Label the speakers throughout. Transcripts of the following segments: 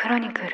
Speaker 1: クロニクル。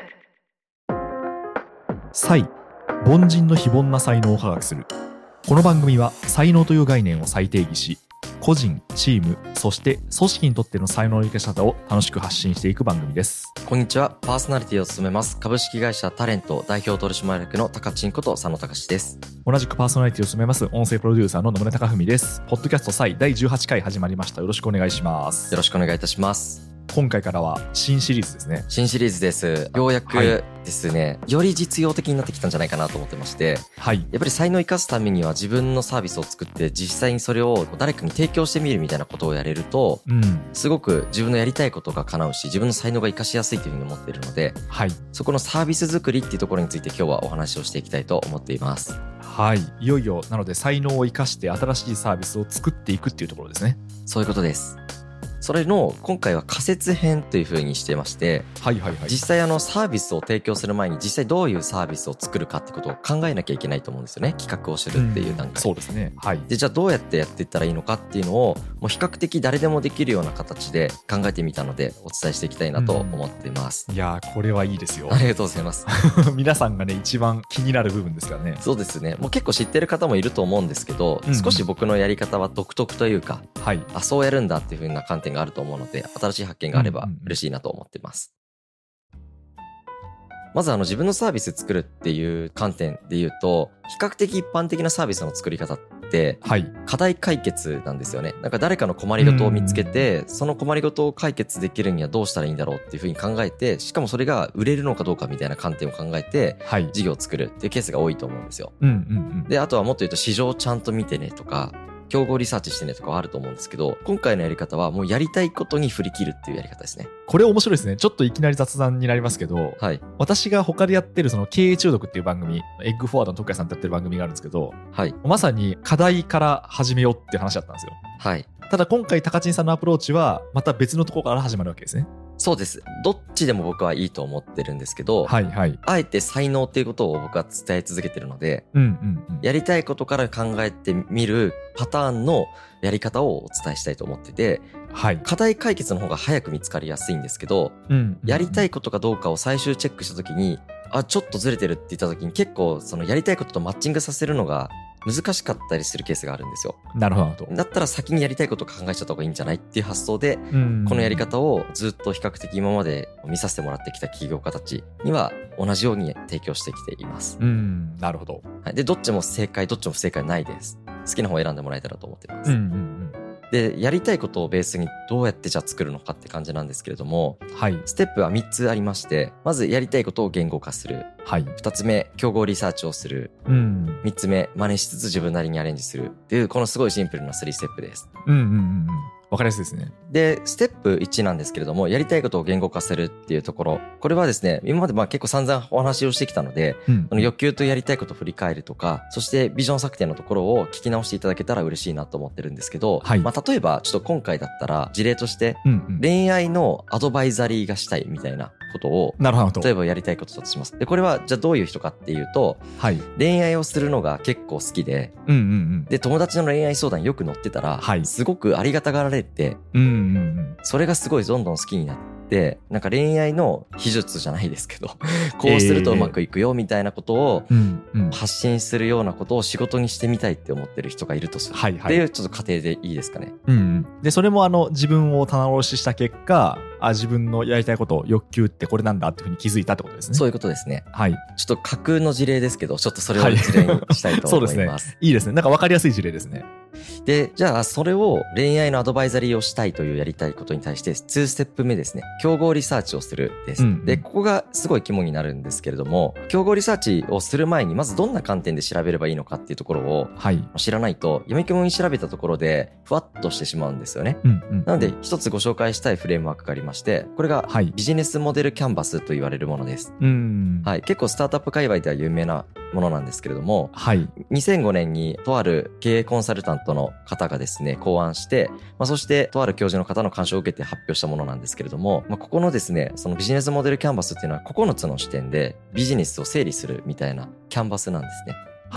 Speaker 2: 才、凡人の非凡な才能を科学する。この番組は才能という概念を再定義し、個人、チーム、そして組織にとっての才能の生かし方を楽しく発信していく番組です。
Speaker 3: こんにちは。パーソナリティを務めます株式会社タレント代表取締役の高知んこと佐野隆です。
Speaker 2: 同じくパーソナリティを務めます音声プロデューサーの野村貴文です。ポッドキャスト才第18回始まりました。よろしくお願いします。
Speaker 3: よろしくお願いいたします。
Speaker 2: 今回からは新シリーズですね。
Speaker 3: 新シリーズです。ようやくですね、より実用的になってきたんじゃないかなと思ってまして、
Speaker 2: はい、
Speaker 3: やっぱり才能を生かすためには自分のサービスを作って実際にそれを誰かに提供してみるみたいなことをやれると、すごく自分のやりたいことが叶うし、自分の才能が生かしやすいというふうに思っているので、
Speaker 2: はい、
Speaker 3: そこのサービス作りっていうところについて今日はお話をしていきたいと思っています。
Speaker 2: はい、いよいよなので才能を生かして新しいサービスを作っていくっていうところですね。
Speaker 3: そういうことです。それの今回は仮説編という風にしてまして、実際サービスを提供する前に実際どういうサービスを作るかってことを考えなきゃいけないと思うんですよね。企画をするっていう段階、
Speaker 2: そうですね。はい。
Speaker 3: でじゃあどうやってやっていったらいいのかっていうのをもう比較的誰でもできるような形で考えてみたのでお伝えしていきたいなと思っています。
Speaker 2: いやーこれはいいですよ。
Speaker 3: ありがとうございます
Speaker 2: 皆さんがね一番気になる部分ですからね。
Speaker 3: そうですね。もう結構知ってる方もいると思うんですけど、少し僕のやり方は独特というか、そうやるんだっていう風な観点があると思うので、新しい発見があれば嬉しいなと思っています。まず自分のサービス作るっていう観点で言うと、比較的一般的なサービスの作り方って、課題解決なんですよね。なんか誰かの困りごとを見つけて、その困りごとを解決できるにはどうしたらいいんだろうっていうふうに考えて、しかもそれが売れるのかどうかみたいな観点を考えて、事業を作るっていうケースが多いと思うんですよ。で、あとはもっと言うと市場をちゃんと見てねとか、競合リサーチしてねとかはあると思うんですけど、今回のやり方はもうやりたいことに振り切るっていうやり方ですね。
Speaker 2: これ面白いですね。ちょっといきなり雑談になりますけど、私が他でやってるその経営中毒っていう番組、エッグフォワードの徳谷さんとやってる番組があるんですけど、まさに課題から始めようっていう話だったんですよ。ただ今回高知さんのアプローチはまた別のところから始まるわけですね。
Speaker 3: そうです。どっちでも僕はいいと思ってるんですけど、あえて才能っていうことを僕は伝え続けてるので、やりたいことから考えてみるパターンのやり方をお伝えしたいと思ってて、課題解決の方が早く見つかりやすいんですけど、やりたいことかどうかを最終チェックした時に、ちょっとずれてるって言った時に結構そのやりたいこととマッチングさせるのが難しかったりするケースがあるんですよ。
Speaker 2: なるほど。
Speaker 3: だったら先にやりたいことを考えちゃった方がいいんじゃないっていう発想で、このやり方をずっと比較的今まで見させてもらってきた企業家たちには同じように提供してきています。
Speaker 2: なるほど。
Speaker 3: で、どっちも正解、どっちも不正解ないです。好きな方を選んでもらえたらと思っています。で、やりたいことをベースにどうやってじゃあ作るのかって感じなんですけれども、ステップは3つありまして、まずやりたいことを言語化する。2つ目、競合リサーチをする。3つ目、真似しつつ自分なりにアレンジするっていう、このすごいシンプルな3ステップです。
Speaker 2: わかりやすいですね。
Speaker 3: で、ステップ1なんですけれども、やりたいことを言語化するっていうところ。これはですね、今まで結構散々お話をしてきたので、欲求とやりたいことを振り返るとか、そしてビジョン策定のところを聞き直していただけたら嬉しいなと思ってるんですけど、例えばちょっと今回だったら事例として、恋愛のアドバイザリーがしたいみたいなことを、例えばやりたいことだとします。で、これはじゃあどういう人かっていうと、恋愛をするのが結構好きで、で、友達の恋愛相談よく乗ってたら、すごくありがたがられて、それがすごいどんどん好きになって、なんか恋愛の秘術じゃないですけど、こうするとうまくいくよみたいなことを発信するようなことを仕事にしてみたいって思ってる人がいるとするっていうちょっと過程でいいですかね。
Speaker 2: で、それも自分を棚卸しした結果、自分のやりたいこと、欲求ってこれなんだっていうふうに気づいたってことですね。
Speaker 3: そういうことですね。ちょっと架空の事例ですけど、ちょっとそれを事例にしたいと思います。そうですね。
Speaker 2: いいですね。なんか分かりやすい事例ですね。
Speaker 3: で、じゃあそれを恋愛のアドバイザリーをしたいというやりたいことに対して2ステップ目ですね。競合リサーチをするです。で、ここがすごい肝になるんですけれども、競合リサーチをする前にまずどんな観点で調べればいいのかっていうところを知らないと、やみくもに調べたところでふわっとしてしまうんですよね。なので一つご紹介したいフレームワークがありまして、これがビジネスモデルキャンバスと言われるものです。結構スタートアップ界隈では有名なものなんですけれども、2005年にとある経営コンサルタントの方がですね考案して、そしてとある教授の方の監修を受けて発表したものなんですけれども、ここのですねそのビジネスモデルキャンバスっていうのは9つの視点でビジネスを整理するみたいなキャンバスなんですね。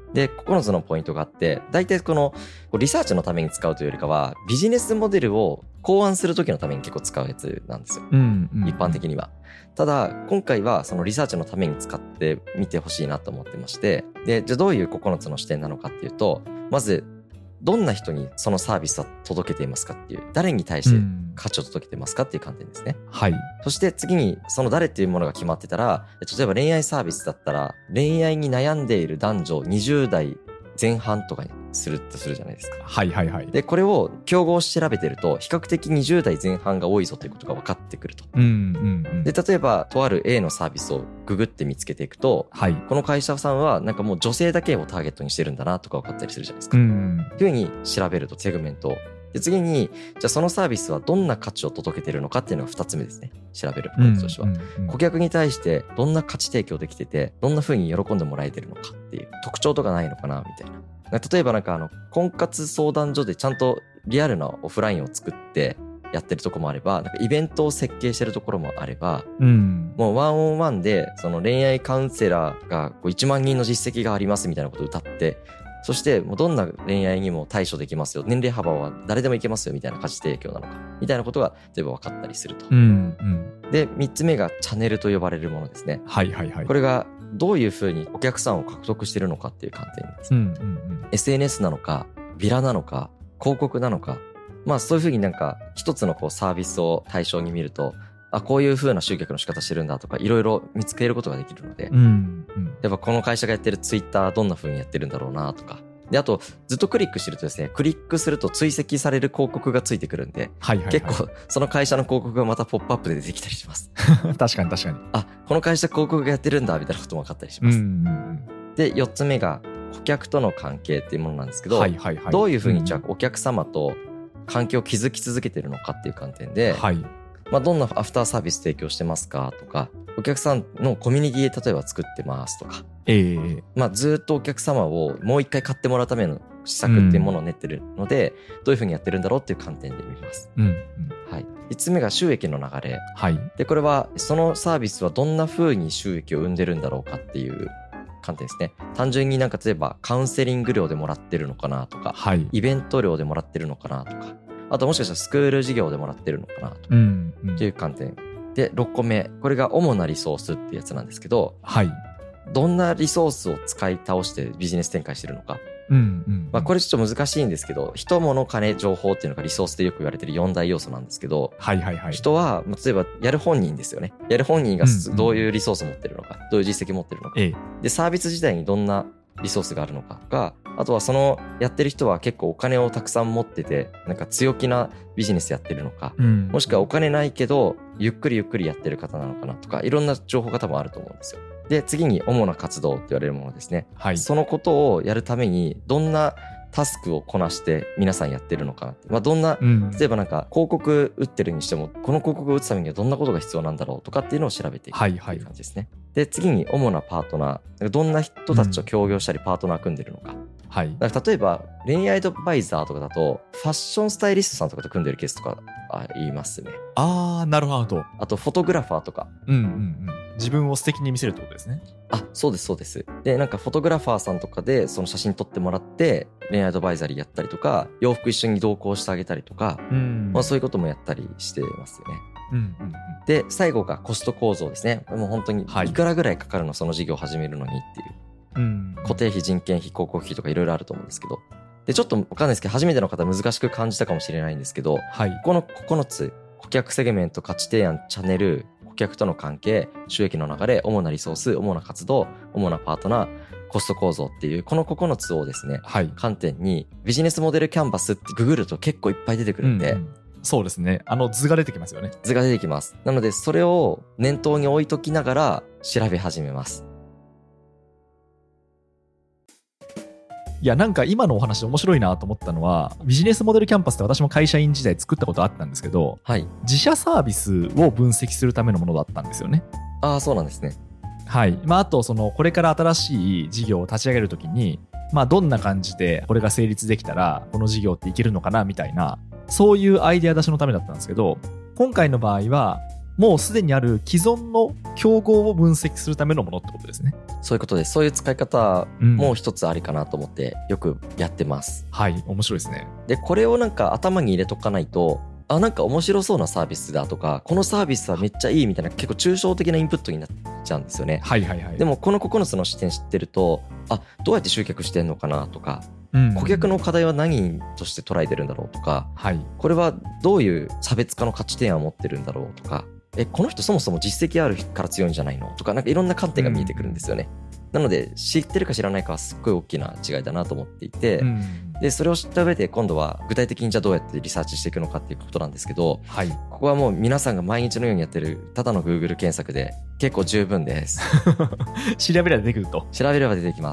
Speaker 3: で、9つのポイントがあって、大体このリサーチのために使うというよりかは、ビジネスモデルを考案するときのために結構使うやつなんですよ。一般的には。ただ、今回はそのリサーチのために使ってみてほしいなと思ってまして、で、じゃあどういう9つの視点なのかっていうと、まず、どんな人にそのサービスは届けていますかっていう、誰に対して価値を届けていますかっていう観点ですね。
Speaker 2: はい。
Speaker 3: そして次に、その誰っていうものが決まってたら、例えば恋愛サービスだったら、恋愛に悩んでいる男女20代前半とかにするとするじゃないですか。
Speaker 2: はいはいはい。
Speaker 3: で、これを競合し調べてると、比較的20代前半が多いぞということが分かってくると。で、例えば、とある A のサービスをググって見つけていくと、はい、この会社さんはなんかもう女性だけをターゲットにしてるんだなとか分かったりするじゃないですか。というふうに調べると、セグメントを。で、次に、じゃあそのサービスはどんな価値を届けてるのかっていうのが2つ目ですね。調べるポイントとしては。顧客に対してどんな価値提供できてて、どんな風に喜んでもらえてるのかっていう特徴とかないのかな、みたいな。例えばなんか婚活相談所でちゃんとリアルなオフラインを作ってやってるとこもあれば、なんかイベントを設計してるところもあれば、もうワンオンワンでその恋愛カウンセラーが1万人の実績がありますみたいなことを歌って、そしてもうどんな恋愛にも対処できますよ、年齢幅は誰でもいけますよみたいな価値提供なのかみたいなことが例えば分かったりすると。で、3つ目がチャンネルと呼ばれるものですね。はいはいはい。これがどういうふうにお客さんを獲得しているのかっていう観点です。SNS なのか、ビラなのか、広告なのか、まあそういうふうになんか一つのこうサービスを対象に見ると、あ、こういう風な集客の仕方してるんだとかいろいろ見つけることができるので、やっぱこの会社がやってるツイッターどんな風にやってるんだろうなとか、で、あとずっとクリックしてるとですね、クリックすると追跡される広告がついてくるんで、結構その会社の広告がまたポップアップで出てきたりします。
Speaker 2: 確かに確かに。
Speaker 3: あ、この会社広告がやってるんだみたいなことも分かったりします。で、4つ目が顧客との関係っていうものなんですけど、どういう風にじゃあお客様と関係を築き続けてるのかっていう観点で、まあ、どんなアフターサービス提供してますかとか、お客さんのコミュニティ例えば作ってますとか、まあ、ずっとお客様をもう一回買ってもらうための施策っていうものを練ってるので、どういうふうにやってるんだろうっていう観点で見ます。はい。5つ目が収益の流れ。で、これはそのサービスはどんなふうに収益を生んでるんだろうかっていう観点ですね。単純になんか例えばカウンセリング料でもらってるのかなとか、イベント料でもらってるのかなとか、あともしかしたらスクール事業でもらってるのかなとっていう観点。で、6個目。これが主なリソースってやつなんですけど、どんなリソースを使い倒してビジネス展開してるのか。まあこれちょっと難しいんですけど、人、物、金、情報っていうのがリソースでよく言われてる4大要素なんですけど、人は、例えばやる本人ですよね。やる本人がどういうリソースを持ってるのか、どういう実績を持ってるのか。で、サービス自体にどんなリソースがあるのかが、あとはそのやってる人は結構お金をたくさん持ってて、なんか強気なビジネスやってるのか、もしくはお金ないけどゆっくりゆっくりやってる方なのかなとか、いろんな情報が多分あると思うんですよ。で、次に主な活動って言われるものですね。そのことをやるためにどんなタスクをこなして皆さんやってるのかなって、まあ、どんな、例えばなんか広告打ってるにしても、この広告を打つためにはどんなことが必要なんだろうとかっていうのを調べていくっていう感じですね。で、次に主なパートナー、どんな人たちと協業したりパートナー組んでるのか。だから例えば恋愛アドバイザーとかだとファッションスタイリストさんとかと組んでるケースとか言いますね。
Speaker 2: なるほど。
Speaker 3: あとフォトグラファーとか、
Speaker 2: 自分を素敵に見せるってことですね。
Speaker 3: そうですそうです。で、なんかフォトグラファーさんとかでその写真撮ってもらって恋愛アドバイザリーやったりとか、洋服一緒に同行してあげたりとか、まあ、そういうこともやったりしてますよね。で、最後がコスト構造ですね。もう本当にいくらぐらいかかるの、その事業を始めるのにっていう。固定費、人件費、広告費とかいろいろあると思うんですけど、でちょっと分かんないですけど、初めての方難しく感じたかもしれないんですけど、この9つ、顧客セグメント、価値提案、チャンネル、顧客との関係、収益の流れ、主なリソース、主な活動、主なパートナー、コスト構造っていうこの9つをですね、観点にビジネスモデルキャンバスってググると結構いっぱい出てくるんで、
Speaker 2: そうですね。図が出てきますよね。
Speaker 3: 図が出てきます。なのでそれを念頭に置いときながら調べ始めます。
Speaker 2: いや、なんか今のお話で面白いなと思ったのは、ビジネスモデルキャンパスって私も会社員時代作ったことあったんですけど、自社サービスを分析するためのものだったんですよね。
Speaker 3: そうなんですね。
Speaker 2: まあ、あとこれから新しい事業を立ち上げるときに、まあ、どんな感じでこれが成立できたらこの事業っていけるのかなみたいな、そういうアイデア出しのためだったんですけど、今回の場合はもうすでにある既存の競合を分析するためのものってことですね。
Speaker 3: そういうことです。そういう使い方も一つありかなと思ってよくやってます。
Speaker 2: はい、面白いですね。
Speaker 3: で、これをなんか頭に入れとかないと、なんか面白そうなサービスだとか、このサービスはめっちゃいいみたいな結構抽象的なインプットになっちゃうんですよね。
Speaker 2: はいはいはい。
Speaker 3: でもこの9つの視点知ってると、どうやって集客してんのかなとか、顧客の課題は何として捉えてるんだろうとか、これはどういう差別化の価値提案を持ってるんだろうとか、この人そもそも実績あるから強いんじゃないのとか、なんかいろんな観点が見えてくるんですよね。なので知ってるか知らないかはすっごい大きな違いだなと思っていて、でそれを知った上で今度は具体的にじゃあどうやってリサーチしていくのかっていうことなんですけど、ここはもう皆さんが毎日のようにやってるただの Google 検索で結構十分です。
Speaker 2: 調べれば出てくると。
Speaker 3: 調べれば出てきます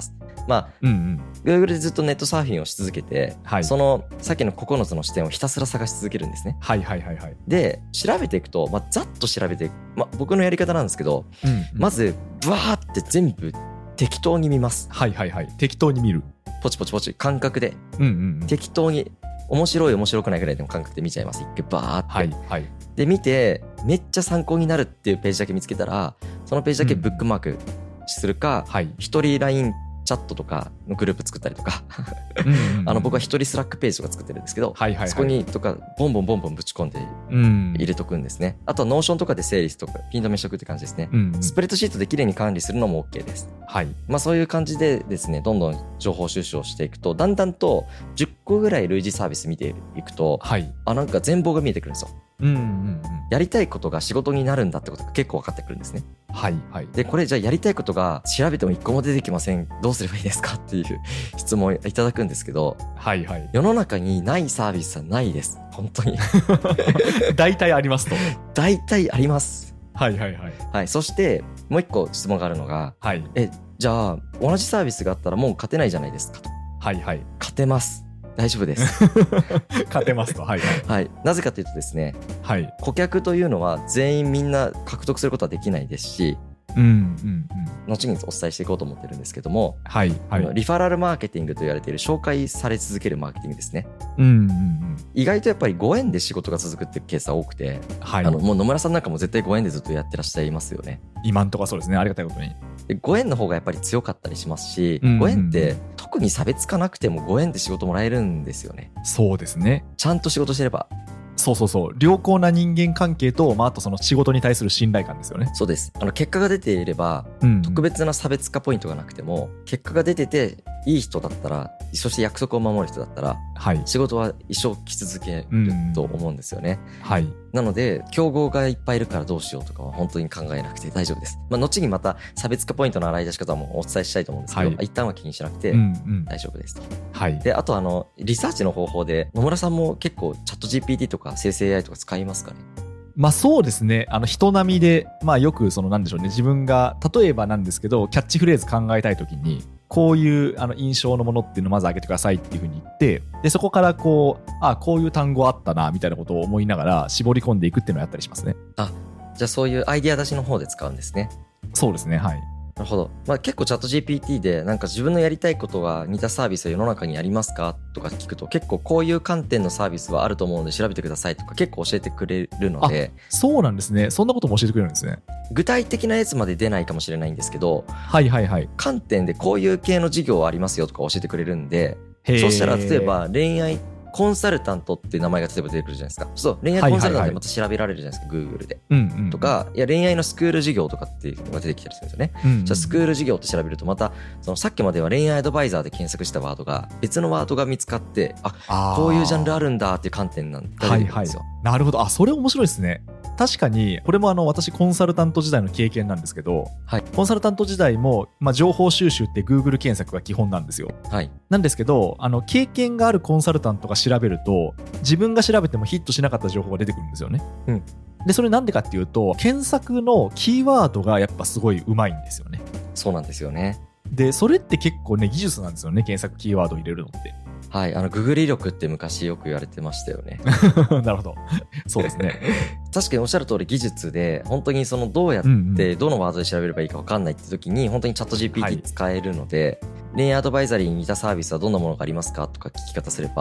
Speaker 3: 。Google でずっとネットサーフィンをし続けて、そのさっきの9つの視点をひたすら探し続けるんですね。で調べていくと、ざっと調べて、僕のやり方なんですけど、まずブワーって全部適当に見ます。
Speaker 2: 適当に見る。
Speaker 3: ポチポチポチ感覚で、適当に面白い面白くないぐらいの感覚で見ちゃいます。一回バーって、で見てめっちゃ参考になるっていうページだけ見つけたら、そのページだけブックマークするか、一人 LINE チャットとかのグループ作ったりとか僕は一人スラックページとか作ってるんですけど、そこにとかボンボンぶち込んで入れとくんですね。あとはノーションとかで整理とかピン止めしとくって感じですね。スプレッドシートで綺麗に管理するのも OK です。そういう感じでですね、どんどん情報収集をしていくと、だんだんと10個ぐらい類似サービス見ていくと、なんか全貌が見えてくるんですよ。やりたいことが仕事になるんだってことが結構分かってくるんですね。でこれじゃあやりたいことが調べても一個も出てきません、どうすればいいですかっていう質問をいただくんですけど、世の中にないサービスはないです。本当に
Speaker 2: 大体ありますと。
Speaker 3: 大体あります。そしてもう一個質問があるのが、じゃあ同じサービスがあったらもう勝てないじゃないですかと。勝てます、大丈夫です
Speaker 2: 勝てますと。
Speaker 3: なぜかというとですね、顧客というのは全員みんな獲得することはできないですし、後にお伝えしていこうと思ってるんですけども、リファラルマーケティングと言われている紹介され続けるマーケティングですね。意外とやっぱりご縁で仕事が続くっていうケースは多くて、もう野村さんなんかも絶対ご縁でずっとやってらっしゃいますよね。
Speaker 2: 今んとこそうですね、ありがたいことに。
Speaker 3: ご縁の方がやっぱり強かったりしますし、ご縁って特に差別化なくてもご縁で仕事もらえるんですよね。
Speaker 2: そうですね。
Speaker 3: ちゃんと仕事してれば。
Speaker 2: 良好な人間関係と、あとその仕事に対する信頼感ですよね。
Speaker 3: そうです。結果が出ていれば、特別な差別化ポイントがなくても、結果が出てていい人だったら、そして約束を守る人だったら、仕事は一生来続けると思うんですよね。なので競合がいっぱいいるからどうしようとかは本当に考えなくて大丈夫です。後にまた差別化ポイントの洗い出し方もお伝えしたいと思うんですけど、一旦は気にしなくて大丈夫ですと。であとリサーチの方法で野村さんも結構チャット GPT とか生成 AI とか使いますかね？
Speaker 2: そうですね。人並みで、よくなんでしょうね、自分が例えばなんですけどキャッチフレーズ考えたいときに、こういう印象のものっていうのをまず挙げてくださいっていうふうに言って、でそこからこういう単語あったなみたいなことを思いながら絞り込んでいくっていうのをやったりしますね。
Speaker 3: じゃあそういうアイディア出しの方で使うんですね。
Speaker 2: そうですね。
Speaker 3: なるほど。結構チャット GPT でなんか自分のやりたいことが似たサービスは世の中にありますかとか聞くと、結構こういう観点のサービスはあると思うので調べてくださいとか結構教えてくれるので。
Speaker 2: そうなんですね。そんなことも教えてくれるんですね。
Speaker 3: 具体的なやつまで出ないかもしれないんですけど、観点でこういう系の事業ありますよとか教えてくれるんで、そしたら例えば恋愛コンサルタントっていう名前が例えば出てくるじゃないですか。そう、恋愛コンサルタントでまた調べられるじゃないですか、Google で。とか、いや恋愛のスクール授業とかっていうのが出てきたりするんですよね。じゃあスクール授業って調べると、またさっきまでは恋愛アドバイザーで検索したワードが別のワードが見つかって、こういうジャンルあるんだっていう観点なんですよ。
Speaker 2: なるほど。それ面白いですね。確かにこれも私コンサルタント時代の経験なんですけど、コンサルタント時代も、情報収集って Google 検索が基本なんですよ。なんですけど経験があるコンサルタントが調べると、自分が調べてもヒットしなかった情報が出てくるんですよね。でそれなんでかっていうと、検索のキーワードがやっぱすごいうまいんですよね。
Speaker 3: そうなんですよね。
Speaker 2: でそれって結構ね、技術なんですよね、検索キーワードを入れるのって。
Speaker 3: ググり力って昔よく言われてましたよね。
Speaker 2: なるほど。そうですね。
Speaker 3: 確かにおっしゃる通り技術で、本当にどうやってどのワードで調べればいいか分かんないって時に本当にチャット GPT 使えるので、恋愛アドバイザリーに似たサービスはどんなものがありますかとか聞き方すれば、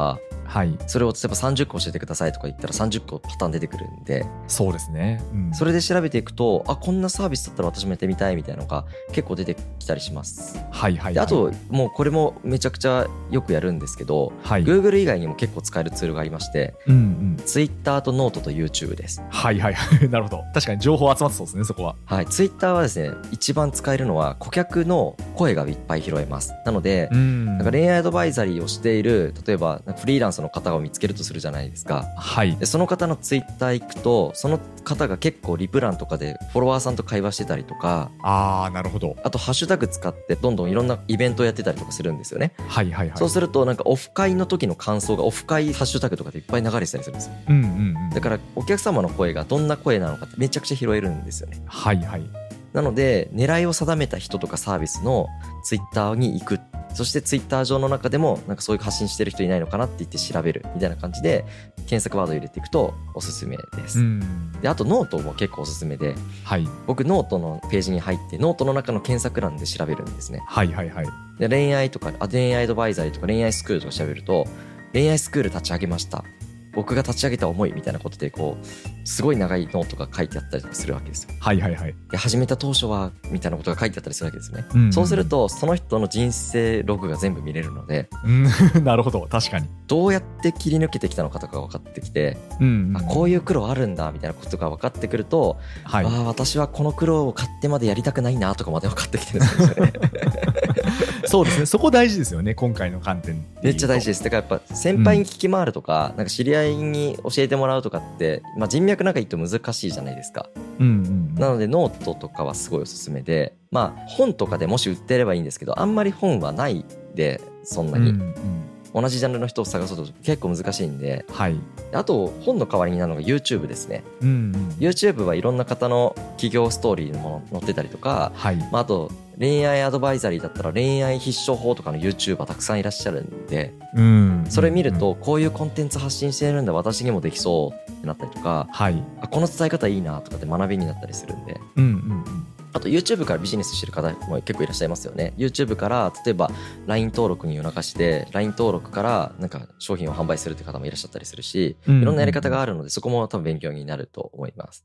Speaker 2: はい、
Speaker 3: それを例えば30個教えてくださいとか言ったら30個パターン出てくるんで、
Speaker 2: そうですね、
Speaker 3: それで調べていくと、こんなサービスだったら私もやってみたいみたいなのが結構出てきたりします。
Speaker 2: はいはいはい、
Speaker 3: であともうこれもめちゃくちゃよくやるんですけど、
Speaker 2: はい、
Speaker 3: Google 以外にも結構使えるツールがありまして、Twitter とノートと YouTube です。
Speaker 2: はいはいはいなるほど、確かに情報集まってそうですね、そこは。
Speaker 3: はい、Twitter はですね、一番使えるのは顧客の声がいっぱい拾えます。なので、なんか恋愛アドバイザリーをしている、例えばフリーランスの方を見つけるとするじゃないですか。
Speaker 2: はい、
Speaker 3: でその方の Twitter 行くと、その方が結構リプランとかでフォロワーさんと会話してたりとか、
Speaker 2: なるほど。
Speaker 3: あとハッシュタグ使ってどんどんいろんなイベントをやってたりとかするんですよね。
Speaker 2: はいはいはい。
Speaker 3: そうするとなんかオフ会の時の感想がオフ会ハッシュタグとかでいっぱい流れてたりするんですよ。だからお客様の声がどんな声なのかってめちゃくちゃ拾えるんですよね。
Speaker 2: はいはい。
Speaker 3: なので狙いを定めた人とかサービスのツイッターに行く、そしてツイッター上の中でもなんかそういう発信してる人いないのかなって言って調べるみたいな感じで検索ワードを入れていくとおすすめです。であとノートも結構おすすめで、
Speaker 2: はい、
Speaker 3: 僕ノートのページに入ってノートの中の検索欄で調べるんですね。
Speaker 2: はいはいはい。
Speaker 3: で恋愛とか恋愛アドバイザリーとか恋愛スクールとか調べると、恋愛スクール立ち上げました、僕が立ち上げた思いみたいなことでこうすごい長いノートが書いてあったりとかするわけですよ。
Speaker 2: はいはいはい。
Speaker 3: で始めた当初はみたいなことが書いてあったりするわけですね。そうするとその人の人生ログが全部見れるので、
Speaker 2: なるほど、確かに
Speaker 3: どうやって切り抜けてきたのかとかが分かってきて、こういう苦労あるんだみたいなことが分かってくると、はい、私はこの苦労を買ってまでやりたくないなとかまで分かってきてるんですよね。
Speaker 2: そうですね、そこ大事ですよね、今回の観点。
Speaker 3: めっちゃ大事です。だからやっぱ先輩に聞き回るとか、なんか知り合いに教えてもらうとかって、人脈仲いいと難しいじゃないですか。なのでノートとかはすごいおすすめで、本とかでもし売ってればいいんですけど、あんまり本はないでそんなに、同じジャンルの人を探そうと結構難しいんで、はい、あと本の代わりになるのが YouTube ですね。YouTube はいろんな方の企業ストーリーのもの載ってたりとか、はい、あと恋愛アドバイザリーだったら恋愛必勝法とかの YouTuber たくさんいらっしゃるんで、それ見るとこういうコンテンツ発信してるんだ、私にもできそうってなったりとか、はい、この伝え方いいなとかって学びになったりするんで、あと YouTube からビジネスしてる方も結構いらっしゃいますよね。 YouTube から例えば LINE 登録に促して LINE 登録からなんか商品を販売するって方もいらっしゃったりするし、いろんなやり方があるのでそこも多分勉強になると思います。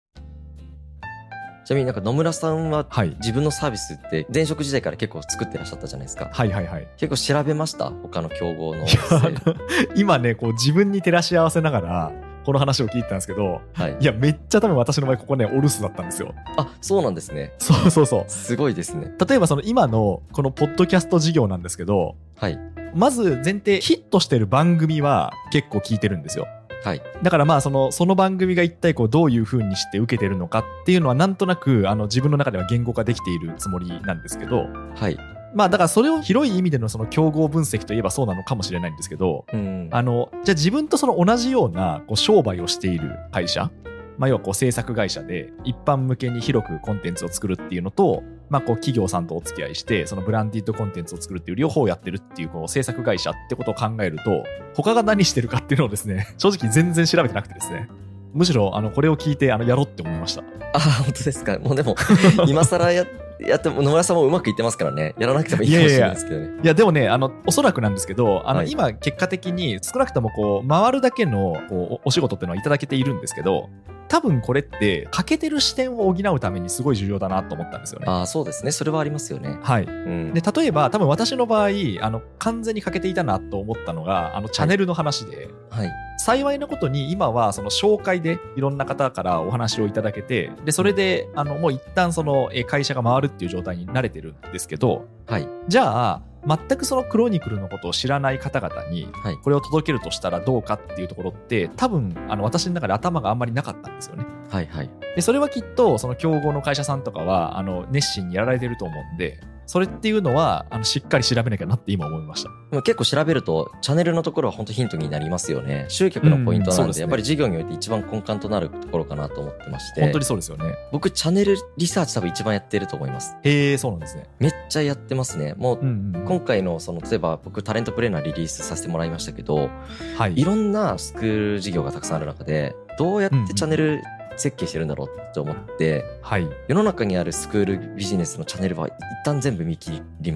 Speaker 3: ちなみになんか野村さんは自分のサービスって前職時代から結構作ってらっしゃったじゃないですか。はいはいはい。結構調べました？他の競合の。
Speaker 2: 今ね、こう自分に照らし合わせながらこの話を聞いてたんですけど、はい、いやめっちゃ多分私の場合ここねお留守だったんですよ。
Speaker 3: そうなんですね。
Speaker 2: そうそうそう、
Speaker 3: すごいですね。
Speaker 2: 例えばその今のこのポッドキャスト事業なんですけど、はい、まず前提ヒットしてる番組は結構聞いてるんですよ。はい、だからその番組が一体こうどういう風にして受けてるのかっていうのはなんとなく自分の中では言語化できているつもりなんですけど、はい、だからそれを広い意味でのその競合分析といえばそうなのかもしれないんですけど、じゃあ自分とその同じようなこう商売をしている会社、要はこう制作会社で一般向けに広くコンテンツを作るっていうのと、こう企業さんとお付き合いしてそのブランディッドコンテンツを作るっていう両方をやってるっていうこう制作会社ってことを考えると、他が何してるかっていうのをですね、正直全然調べてなくてですね、むしろこれを聞いてやろうって思いました。
Speaker 3: 本当ですか。もうでも今更やっても野村さんもうまくいってますからね、やらなくてもいいかもしれないですけどね。いや
Speaker 2: でもね、おそらくなんですけど、今結果的に少なくともこう回るだけのこうお仕事っていうのはいただけているんですけど、多分これって欠けてる視点を補うためにすごい重要だなと思ったんですよね。
Speaker 3: そうですね、それはありますよね。
Speaker 2: はい、で例えば多分私の場合完全に欠けていたなと思ったのがチャンネルの話で、はい、幸いなことに今はその紹介でいろんな方からお話をいただけて、でそれでもう一旦その会社が回るっていう状態に慣れてるんですけど、はい、じゃあ全くそのクロニクルのことを知らない方々にこれを届けるとしたらどうかっていうところって多分私の中で頭があんまりなかったんですよね。はいはい、でそれはきっとその競合の会社さんとかは熱心にやられてると思うんで、それっていうのはしっかり調べなきゃなって今思いました。
Speaker 3: でも結構調べるとチャンネルのところは本当ヒントになりますよね。集客のポイントなんで、やっぱり事業において一番根幹となるところかなと思ってまして。
Speaker 2: 本当にそうですよね。
Speaker 3: 僕チャンネルリサーチ多分一番やってると思います。
Speaker 2: へえ、そうなんですね。
Speaker 3: めっちゃやってますね。もう、今回の例えば僕タレントプレーナーリリースさせてもらいましたけど、はい、いろんなスクール事業がたくさんある中でどうやってチャンネル設計してるんだろうって思って、はい、世の中にあるスクールビジネスのチャンネルは一旦全部見切りました。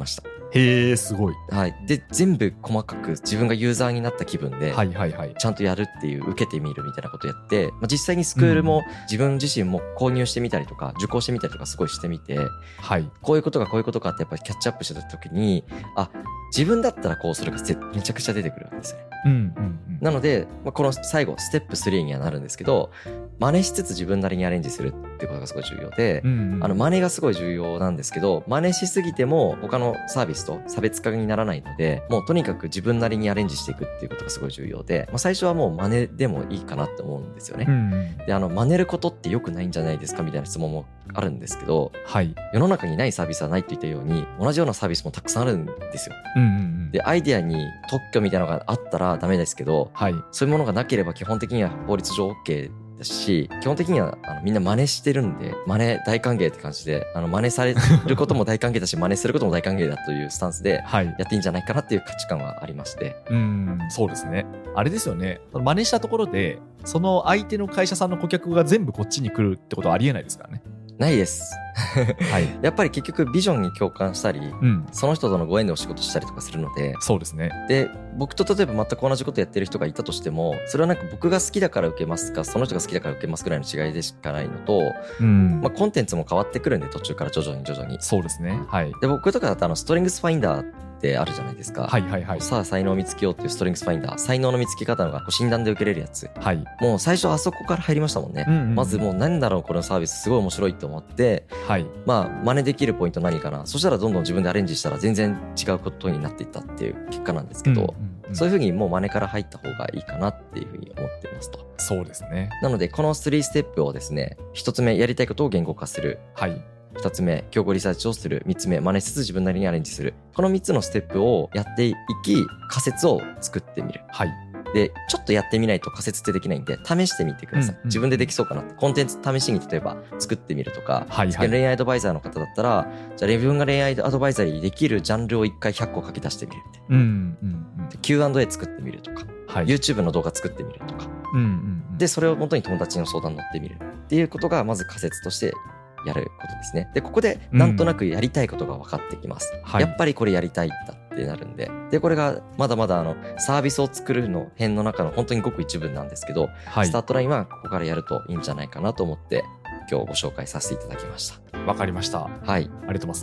Speaker 2: へえ、すごい。
Speaker 3: はい。で、全部細かく自分がユーザーになった気分で、
Speaker 2: はいはいはい。
Speaker 3: ちゃんとやるっていう、受けてみるみたいなことやって、実際にスクールも自分自身も購入してみたりとか、受講してみたりとかすごいしてみて、
Speaker 2: はい。
Speaker 3: こういうことかこういうことかってやっぱりキャッチアップしてた時に、自分だったらこうするがめちゃくちゃ出てくるわけですよね。なので、この最後、ステップ3にはなるんですけど、真似しつつ自分なりにアレンジするってことがすごい重要で、真似がすごい重要なんですけど、真似しすぎても他のサービスと差別化にならないので、もうとにかく自分なりにアレンジしていくっていうことがすごい重要で、最初はもう真似でもいいかなって思うんですよね。で、真似ることって良くないんじゃないですかみたいな質問もあるんですけど、はい、世の中にないサービスはないって言ったように、同じようなサービスもたくさんあるんですよ。で、アイデアに特許みたいなのがあったらダメですけど、はい、そういうものがなければ基本的には法律上 OKですし、基本的にはみんな真似してるんで、真似大歓迎って感じで、真似されることも大歓迎だし、真似することも大歓迎だというスタンスでやっていいんじゃないかなっていう価値観はありまして。
Speaker 2: そうですね。あれですよね。真似したところで、その相手の会社さんの顧客が全部こっちに来るってことはありえないですからね。
Speaker 3: ないです、はい、やっぱり結局ビジョンに共感したり、その人とのご縁でお仕事したりとかするので。
Speaker 2: そうですね。
Speaker 3: で、僕と例えば全く同じことやってる人がいたとしても、それはなんか僕が好きだから受けますか、その人が好きだから受けますくらいの違いでしかないのと、コンテンツも変わってくるんで、途中から徐々に。
Speaker 2: そうですね。はい。
Speaker 3: で、僕とかだとストリングスファインダーってあるじゃないですか。はいはいはい。さあ才能を見つけようっていうストリングスファインダー、才能の見つけ方が診断で受けれるやつ。はい。もう最初あそこから入りましたもんね。まずもう何だろうこのサービスすごい面白いと思って、はい。真似できるポイント何かな。そしたらどんどん自分でアレンジしたら全然違うことになっていったっていう結果なんですけど、そういうふうにもう真似から入った方がいいかなっていうふうに思ってますと。
Speaker 2: そうですね。
Speaker 3: なのでこの3ステップをですね、1つ目やりたいことを言語化する。はい。2つ目、競合リサーチをする。3つ目、真似しつつ自分なりにアレンジする。この3つのステップをやっていき、仮説を作ってみる。はい。で、ちょっとやってみないと仮説ってできないんで、試してみてください。自分でできそうかなって。コンテンツ試しに例えば作ってみるとか、はいはい、恋愛アドバイザーの方だったら、じゃあ自分が恋愛アドバイザリーできるジャンルを1回100個書き出してみるみたいな。Q&A 作ってみるとか、はい、YouTube の動画作ってみるとか、で、それを元に友達の相談に乗ってみるっていうことが、まず仮説としてやることですね。で、ここでなんとなくやりたいことが分かってきます。やっぱりこれやりたいんだってなるんで。で、これがまだまだサービスを作るの辺の中の本当にごく一部なんですけど、スタートラインはここからやるといいんじゃないかなと思って今日ご紹介させていただきました。
Speaker 2: わかりました。はい。ありがとうございます。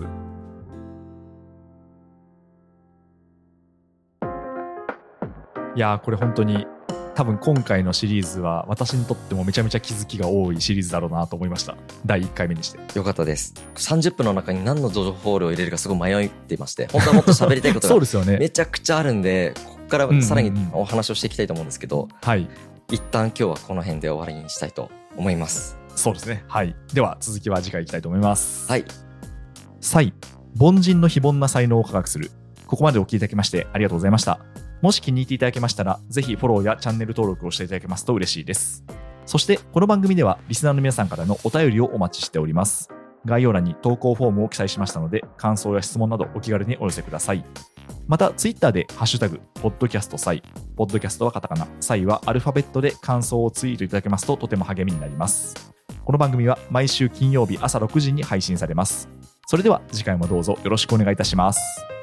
Speaker 2: いやー、これ本当に多分今回のシリーズは私にとってもめちゃめちゃ気づきが多いシリーズだろうなと思いました。第1回目にして。
Speaker 3: よかったです。30分の中に何の情報量を入れるかすごい迷っていまして、本当はもっと喋りたいことがめちゃくちゃあるんで、ここからさらにお話をしていきたいと思うんですけど、はい。一旦今日はこの辺で終わりにしたいと思います。
Speaker 2: そうですね。はい。では続きは次回いきたいと思います。
Speaker 3: はい。
Speaker 2: 才、凡人の非凡な才能を科学する。ここまでお聞きいただきましてありがとうございました。もし気に入っていただけましたら、ぜひフォローやチャンネル登録をしていただけますと嬉しいです。そして、この番組ではリスナーの皆さんからのお便りをお待ちしております。概要欄に投稿フォームを記載しましたので、感想や質問などお気軽にお寄せください。また、ツイッターでハッシュタグ、ポッドキャストサイ、ポッドキャストはカタカナ、サイはアルファベットで感想をツイートいただけますととても励みになります。この番組は毎週金曜日朝6時に配信されます。それでは次回もどうぞよろしくお願いいたします。